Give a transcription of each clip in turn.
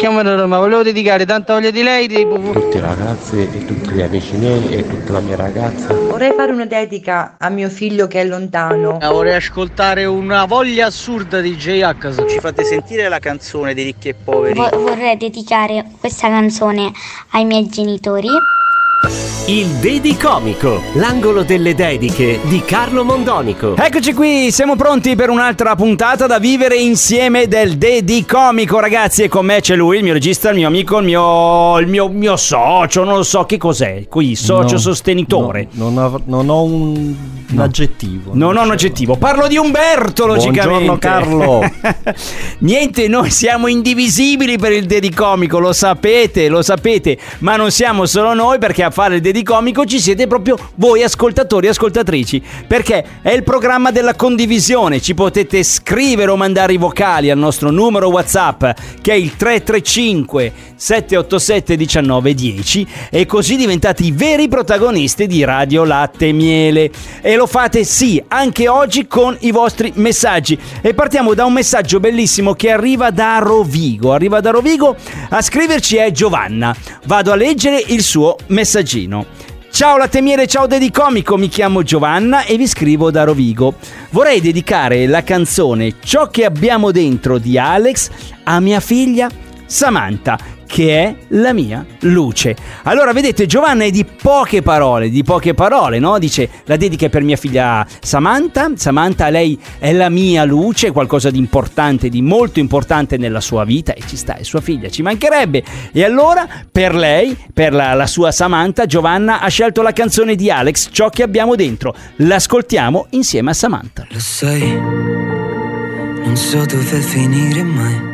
chiamo da Roma, volevo dedicare tanta voglia di lei tutti i ragazzi e tutti gli amici miei e tutta la mia ragazza. Vorrei fare una dedica a mio figlio che è lontano. Vorrei ascoltare una voglia assurda di J-H. Ci fate sentire la canzone di Ricchi e Poveri? Vorrei dedicare questa canzone ai miei genitori. Il Dedicomico, l'angolo delle dediche di Carlo Mondonico. Eccoci qui, siamo pronti per un'altra puntata da vivere insieme del Dedicomico, ragazzi, e con me c'è lui, il mio regista, il mio amico, il mio socio, non lo so che cos'è, qui, socio sostenitore. Non ho un aggettivo. Non ho un aggettivo, parlo di Umberto, logicamente. Buongiorno Carlo. Niente, noi siamo indivisibili per il Dedicomico, lo sapete, ma non siamo solo noi, perché a fare il Dedicomico ci siete proprio voi ascoltatori e ascoltatrici, perché è il programma della condivisione. Ci potete scrivere o mandare i vocali al nostro numero WhatsApp, che è il 335 787 1910, e così diventate i veri protagonisti di Radio Latte e Miele. E lo fate sì anche oggi con i vostri messaggi, e partiamo da un messaggio bellissimo che arriva da Rovigo. A scriverci è Giovanna. Vado a leggere il suo messaggino. Ciao Latte e Miele, ciao Dedicomico, mi chiamo Giovanna e vi scrivo da Rovigo. Vorrei dedicare la canzone Ciò che abbiamo dentro di Alex a mia figlia Samantha, che è la mia luce. Allora, vedete, Giovanna è di poche parole, no? Dice, la dedica è per mia figlia Samantha, lei è la mia luce, qualcosa di importante, di molto importante nella sua vita, e ci sta, è sua figlia, ci mancherebbe. E allora, per lei, per la sua Samantha, Giovanna ha scelto la canzone di Alex, Ciò che abbiamo dentro. L'ascoltiamo insieme a Samantha. Lo sai, non so dove finire mai.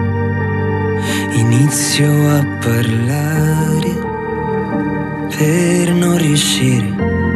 Inizio a parlare per non riuscire.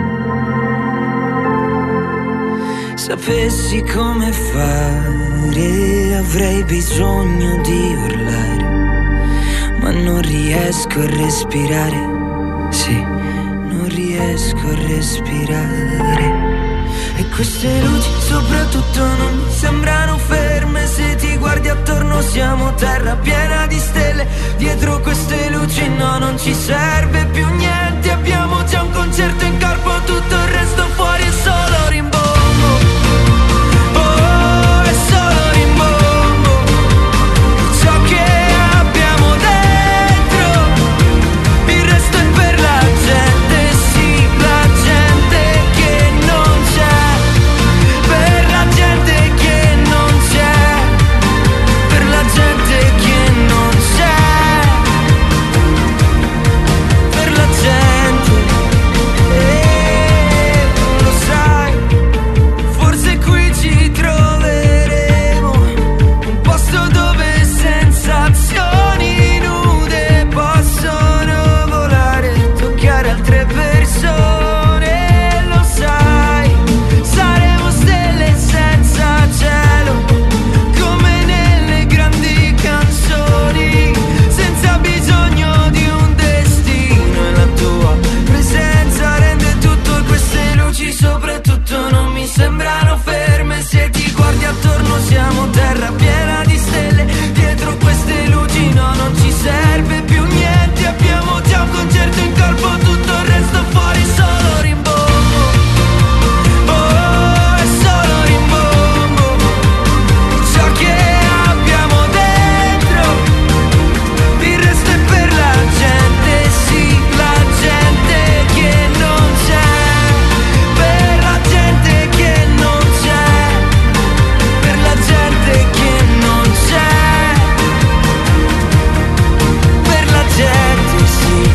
Sapessi come fare, avrei bisogno di urlare, ma non riesco a respirare. Sì, non riesco a respirare. E queste luci soprattutto non mi sembrano ferme. Se ti guardi attorno siamo terra piena di stelle. Dietro queste luci no, non ci serve più niente. Abbiamo già un concerto in corpo, tutto il resto fuori è solo rimbombo. Oh, è solo rimbombo. Ciò che abbiamo dentro, il resto è per la gente. Sì, la gente che non c'è, per la gente che non c'è, per la gente che non c'è, per la gente. Lo sai, forse qui ci troveremo, un posto dove sensazioni nude possono volare, toccare altre persone. Lo sai, saremo stelle senza cielo, come nelle grandi canzoni, senza bisogno di un destino. E la tua presenza rende tutto, e queste luci soprattutto non mi sembrano ferme. Se ti guardi attorno siamo terra piena di stelle. Dietro queste luci no, non ci serve più niente. Abbiamo già un concerto in corpo, tutto il resto fuori solo rimbombo. Oh, è solo rimbombo. Ciò che abbiamo dentro, il resto è per la gente. Sì, la gente che non c'è, per la gente che non c'è, per la gente che non c'è, per la gente, sì.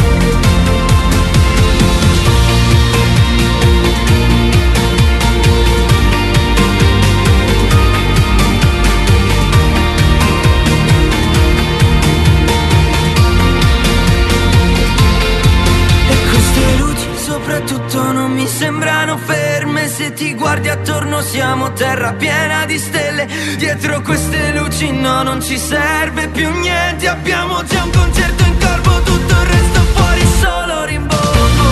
E queste luci soprattutto non mi sembrano ferme. Se ti guardi attorno siamo terra piena di stelle. Dietro queste luci no, non ci serve più niente. Abbiamo già un concerto in corpo, tutto il resto fuori solo rimbombo.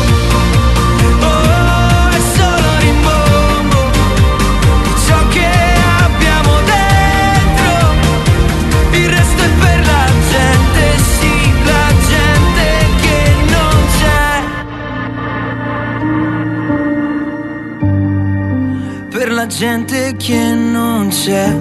Oh, è solo rimbombo. Ciò che abbiamo dentro, il resto è per la gente. gente che non c'è.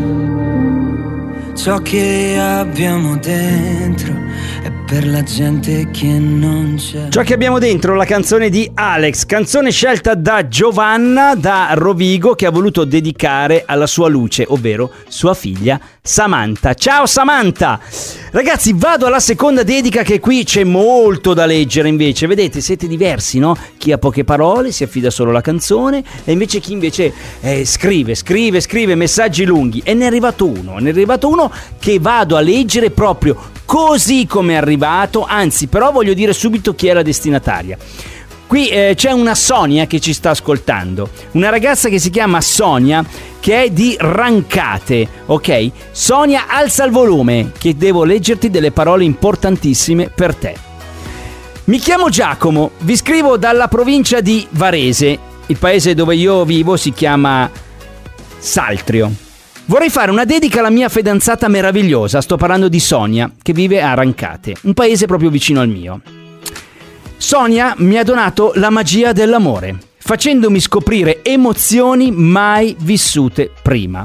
Ciò che abbiamo dentro è per la gente che non c'è. Ciò che abbiamo dentro, la canzone di Alex, canzone scelta da Giovanna da Rovigo, che ha voluto dedicare alla sua luce, ovvero sua figlia Samantha. Ciao Samantha! Ragazzi, vado alla seconda dedica, che qui c'è molto da leggere invece. Vedete, siete diversi, no? Chi ha poche parole si affida solo alla canzone, e invece chi invece scrive messaggi lunghi. E ne è arrivato uno che vado a leggere proprio così come è arrivato, anzi però voglio dire subito chi è la destinataria. Qui c'è una Sonia che ci sta ascoltando, una ragazza che si chiama Sonia, che è di Rancate, ok? Sonia, alza il volume, che devo leggerti delle parole importantissime per te. Mi chiamo Giacomo, vi scrivo dalla provincia di Varese, il paese dove io vivo si chiama Saltrio. Vorrei fare una dedica alla mia fidanzata meravigliosa, sto parlando di Sonia, che vive a Rancate, un paese proprio vicino al mio. Sonia mi ha donato la magia dell'amore, facendomi scoprire emozioni mai vissute prima.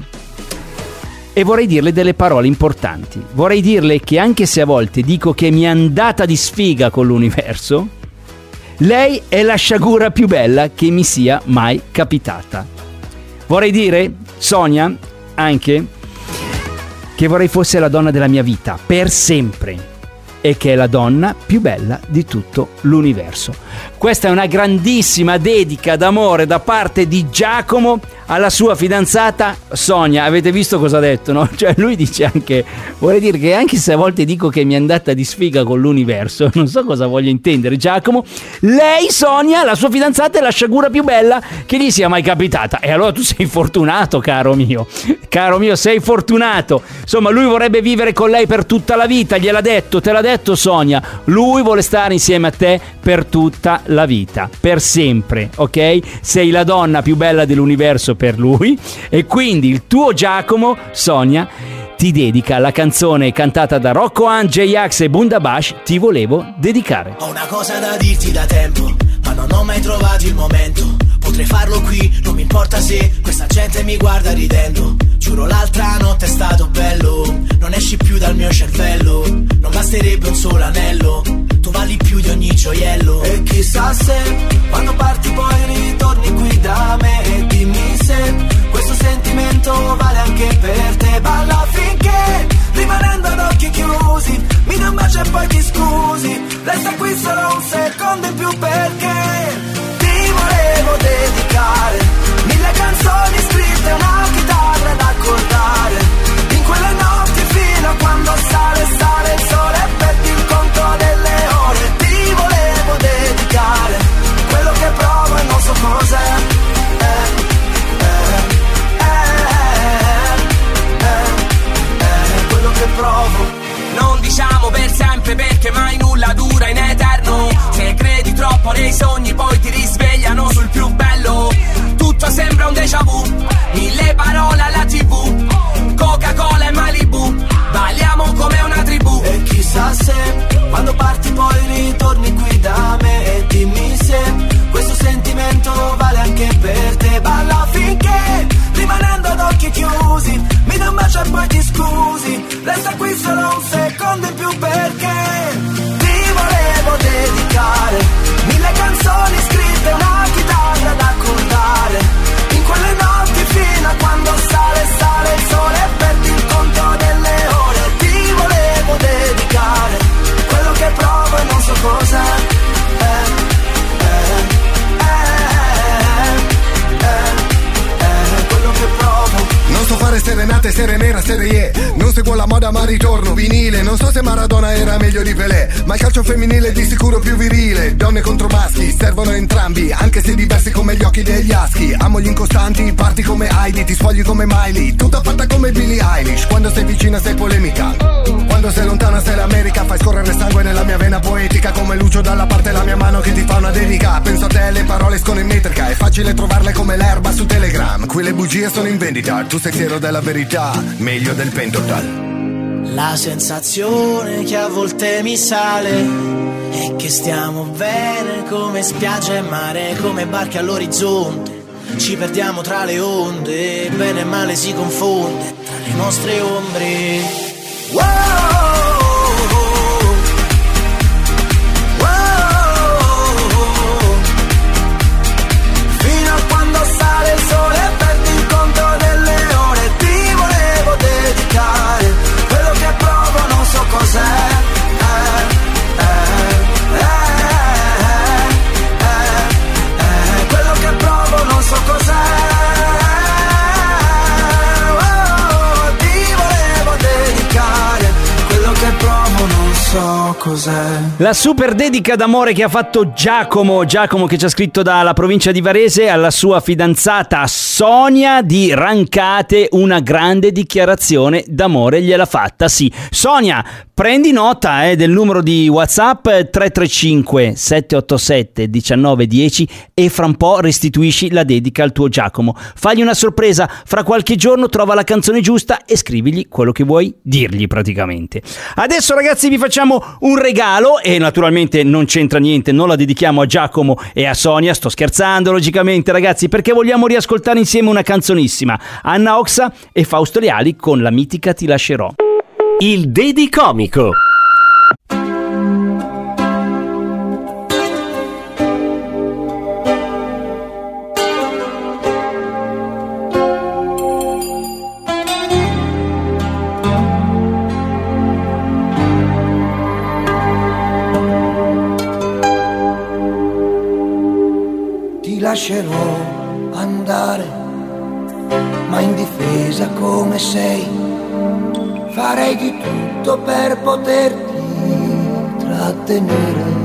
E vorrei dirle delle parole importanti. Vorrei dirle che anche se a volte dico che mi è andata di sfiga con l'universo, lei è la sciagura più bella che mi sia mai capitata. Vorrei dire, Sonia, anche che vorrei fosse la donna della mia vita per sempre, e che è la donna più bella di tutto l'universo. Questa è una grandissima dedica d'amore da parte di Giacomo alla sua fidanzata Sonia. Avete visto cosa ha detto, no? Cioè lui dice anche, vorrei dire che anche se a volte dico che mi è andata di sfiga con l'universo, non so cosa voglia intendere Giacomo, lei Sonia, la sua fidanzata, è la sciagura più bella che gli sia mai capitata. E allora tu sei fortunato, caro mio, sei fortunato. Insomma, lui vorrebbe vivere con lei per tutta la vita, gliel'ha detto, te l'ha detto Sonia, lui vuole stare insieme a te per tutta la vita, per sempre, ok? Sei la donna più bella dell'universo per lui, e quindi il tuo Giacomo, Sonia, ti dedica la canzone cantata da Rocco Hunt, J-Ax e Bundabash, Ti volevo dedicare. Ho una cosa da dirti da tempo, ma non ho mai trovato il momento. Potrei farlo qui, non mi importa se questa gente mi guarda ridendo. Giuro l'altra notte è stato bello, non esci più dal mio cervello. Non basterebbe un solo anello, tu vali più di ogni gioiello. E chissà se quando parti poi ritorni qui da me. E dimmi se questo sentimento vale anche per te. Balla finché, rimanendo ad occhi chiusi, mi dai un bacio e poi ti scusi. Resta qui solo un secondo in più perché ti volevo dedicare 1000 canzoni scritte, una chitarra da accordare. In quelle notti fino a quando sale il sole e perdi il conto delle ore. Ti volevo dedicare quello che provo e non so cos'è. Quello che provo. Non diciamo per sempre perché mai nulla dura in eterno. Se credi troppo nei sogni poi ti risvegliano sul più bello. Tutto sembra un déjà vu, 1000 parole alla TV, Coca-Cola e Malibu, balliamo come una tribù. E chissà se quando parti poi ritorni qui da me. E dimmi se questo sentimento vale anche per te. Balla finché, rimanendo ad occhi chiusi, mi dai un bacio e poi ti scusi. Resta qui solo un secondo in più perché ti volevo dedicare 1000 canzoni scritte, una chitarra da accordare. In quelle notti fino a quando sale il sole e perdi il conto delle ore. Ti volevo dedicare quello che provo e non so cos'è. Quello che provo. Non so fare serenate, serie nera, serie yeah. Non seguo la moda ma ritorno vinile. Non so se Maradona era meglio di Pelé, ma il calcio femminile è di sicuro più virile. Donne contro maschi, servono entrambi, anche se diversi come gli occhi degli aschi. Amo gli incostanti, parti come Heidi, ti sfogli come Miley. Tutta fatta come Billie Eilish, quando sei vicina sei polemica. Quando sei lontana sei l'America, fai scorrere sangue nella mia vena poetica. Come Lucio dalla parte la mia mano che ti fa una dedica. Penso a te, le parole escono in metrica, è facile trovarle come l'erba su Telegram. Qui le bugie sono in vendita, tu sei fiero della verità, meglio del Pentotal. La sensazione che a volte mi sale è che stiamo bene come spiaggia e mare, come barche all'orizzonte. ci perdiamo tra le onde, bene e male si confonde tra le nostre ombre. Fino a quando sale il sole e perdi il conto delle ore, ti volevo dedicare quello che provo, non so cos'è. Quello che provo non so cos'è. Ti volevo dedicare quello che provo, non so cos'è. La super dedica d'amore che ha fatto Giacomo che ci ha scritto dalla provincia di Varese alla sua fidanzata Sonia di Rancate. Una grande dichiarazione d'amore gliel'ha fatta, sì. Sonia, prendi nota del numero di WhatsApp 335 787 1910 e fra un po' restituisci la dedica al tuo Giacomo. Fagli una sorpresa, fra qualche giorno trova la canzone giusta e scrivigli quello che vuoi dirgli praticamente. Adesso ragazzi vi facciamo un regalo e naturalmente non c'entra niente, non la dedichiamo a Giacomo e a Sonia, sto scherzando logicamente ragazzi, perché vogliamo riascoltare insieme una canzonissima, Anna Oxa e Fausto Leali con la mitica Ti lascerò. Il Dedicomico. Ti lascerò andare, ma in difesa come sei, farei di tutto per poterti trattenere,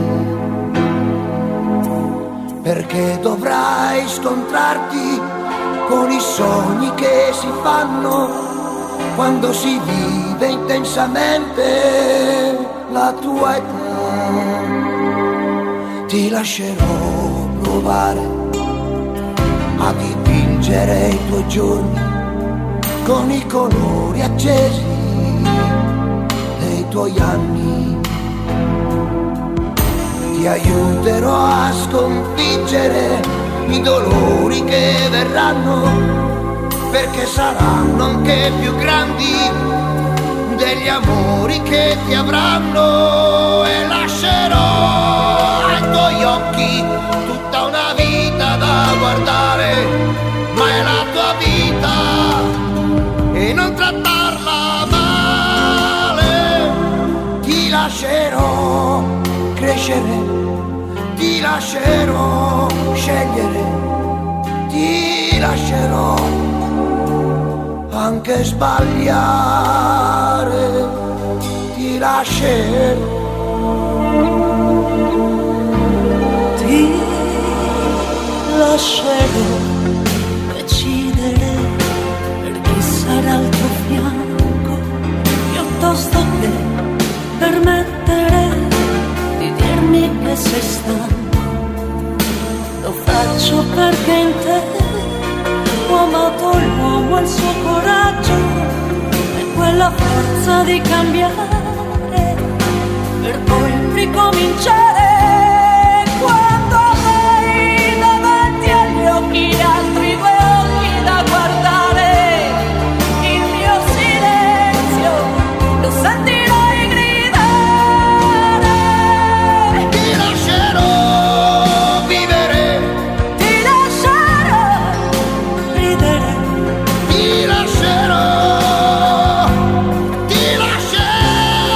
perché dovrai scontrarti con i sogni che si fanno quando si vive intensamente la tua età. Ti lascerò provare a dipingere i tuoi giorni con i colori accesi dei tuoi anni. Ti aiuterò a sconfiggere i dolori che verranno, perché saranno anche più grandi degli amori che ti avranno. E lascerò ai tuoi occhi tutta una vita da guardare, ma è la tua vita e non trattarla male. Ti lascerò crescere, ti lascerò scegliere, ti lascerò anche sbagliare, ti lascerò. Ti lascerò decidere per chi sarà al tuo fianco, piuttosto che permettere di dirmi che sei stanco. Lo faccio perché in te ho amato l'uomo e il suo coraggio e quella forza di cambiare per poi ricominciare. Quando avrai davanti agli occhi altri due occhi da guardare, il mio silenzio lo sentirai gridare. Ti lascerò vivere, ti lascerò ridere, ti lascerò, ti lascerò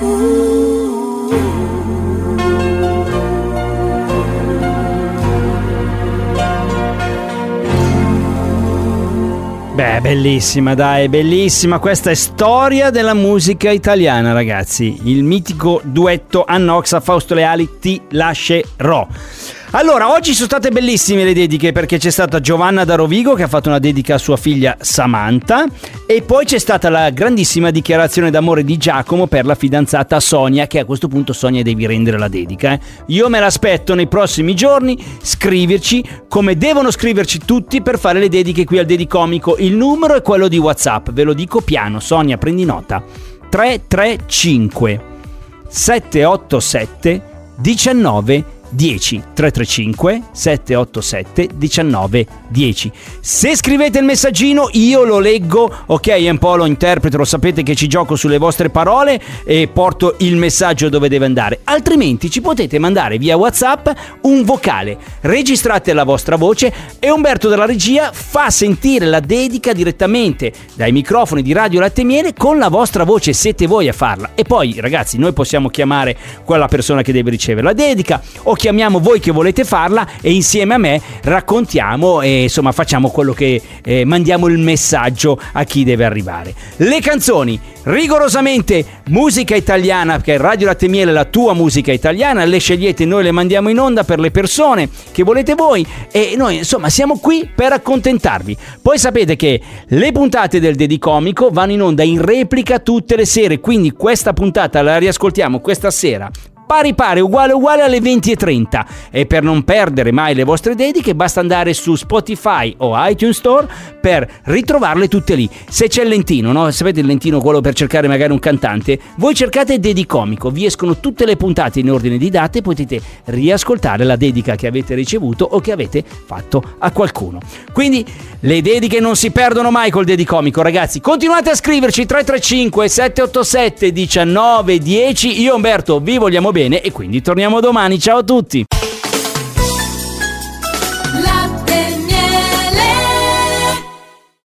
Beh, bellissima, dai, bellissima. Questa è storia della musica italiana, ragazzi. Il mitico duetto Annoxa, Fausto Leali, Ti lascerò. Allora, oggi sono state bellissime le dediche, perché c'è stata Giovanna da Rovigo che ha fatto una dedica a sua figlia Samantha, e poi c'è stata la grandissima dichiarazione d'amore di Giacomo per la fidanzata Sonia, che a questo punto Sonia devi rendere la dedica. Io me l'aspetto nei prossimi giorni, scriverci come devono scriverci tutti per fare le dediche qui al Dedicomico. Il numero è quello di WhatsApp, ve lo dico piano, Sonia prendi nota: 335 787 19 10 335 787 19 10. Se scrivete il messaggino io lo leggo, ok, un po' lo interpreto, lo sapete che ci gioco sulle vostre parole e porto il messaggio dove deve andare. Altrimenti ci potete mandare via WhatsApp un vocale, registrate la vostra voce e Umberto della regia fa sentire la dedica direttamente dai microfoni di Radio Latte e Miele con la vostra voce, siete voi a farla. E poi ragazzi, noi possiamo chiamare quella persona che deve ricevere la dedica o chiamiamo voi che volete farla e insieme a me raccontiamo e insomma facciamo quello che mandiamo il messaggio a chi deve arrivare. Le canzoni rigorosamente musica italiana, perché Radio Latte e Miele è la tua musica italiana, le scegliete, noi le mandiamo in onda per le persone che volete voi e noi insomma siamo qui per accontentarvi. Poi sapete che le puntate del Dedicomico vanno in onda in replica tutte le sere, quindi questa puntata la riascoltiamo questa sera pari uguale alle 20:30, e per non perdere mai le vostre dediche basta andare su Spotify o iTunes Store per ritrovarle tutte lì. Se c'è il lentino, no? Sapete il lentino, quello per cercare magari un cantante, voi cercate Dedicomico, vi escono tutte le puntate in ordine di date, potete riascoltare la dedica che avete ricevuto o che avete fatto a qualcuno. Quindi le dediche non si perdono mai col Dedicomico, ragazzi. Continuate a scriverci 335 787 19 10. Io Umberto vi vogliamo bene e quindi torniamo domani. Ciao a tutti.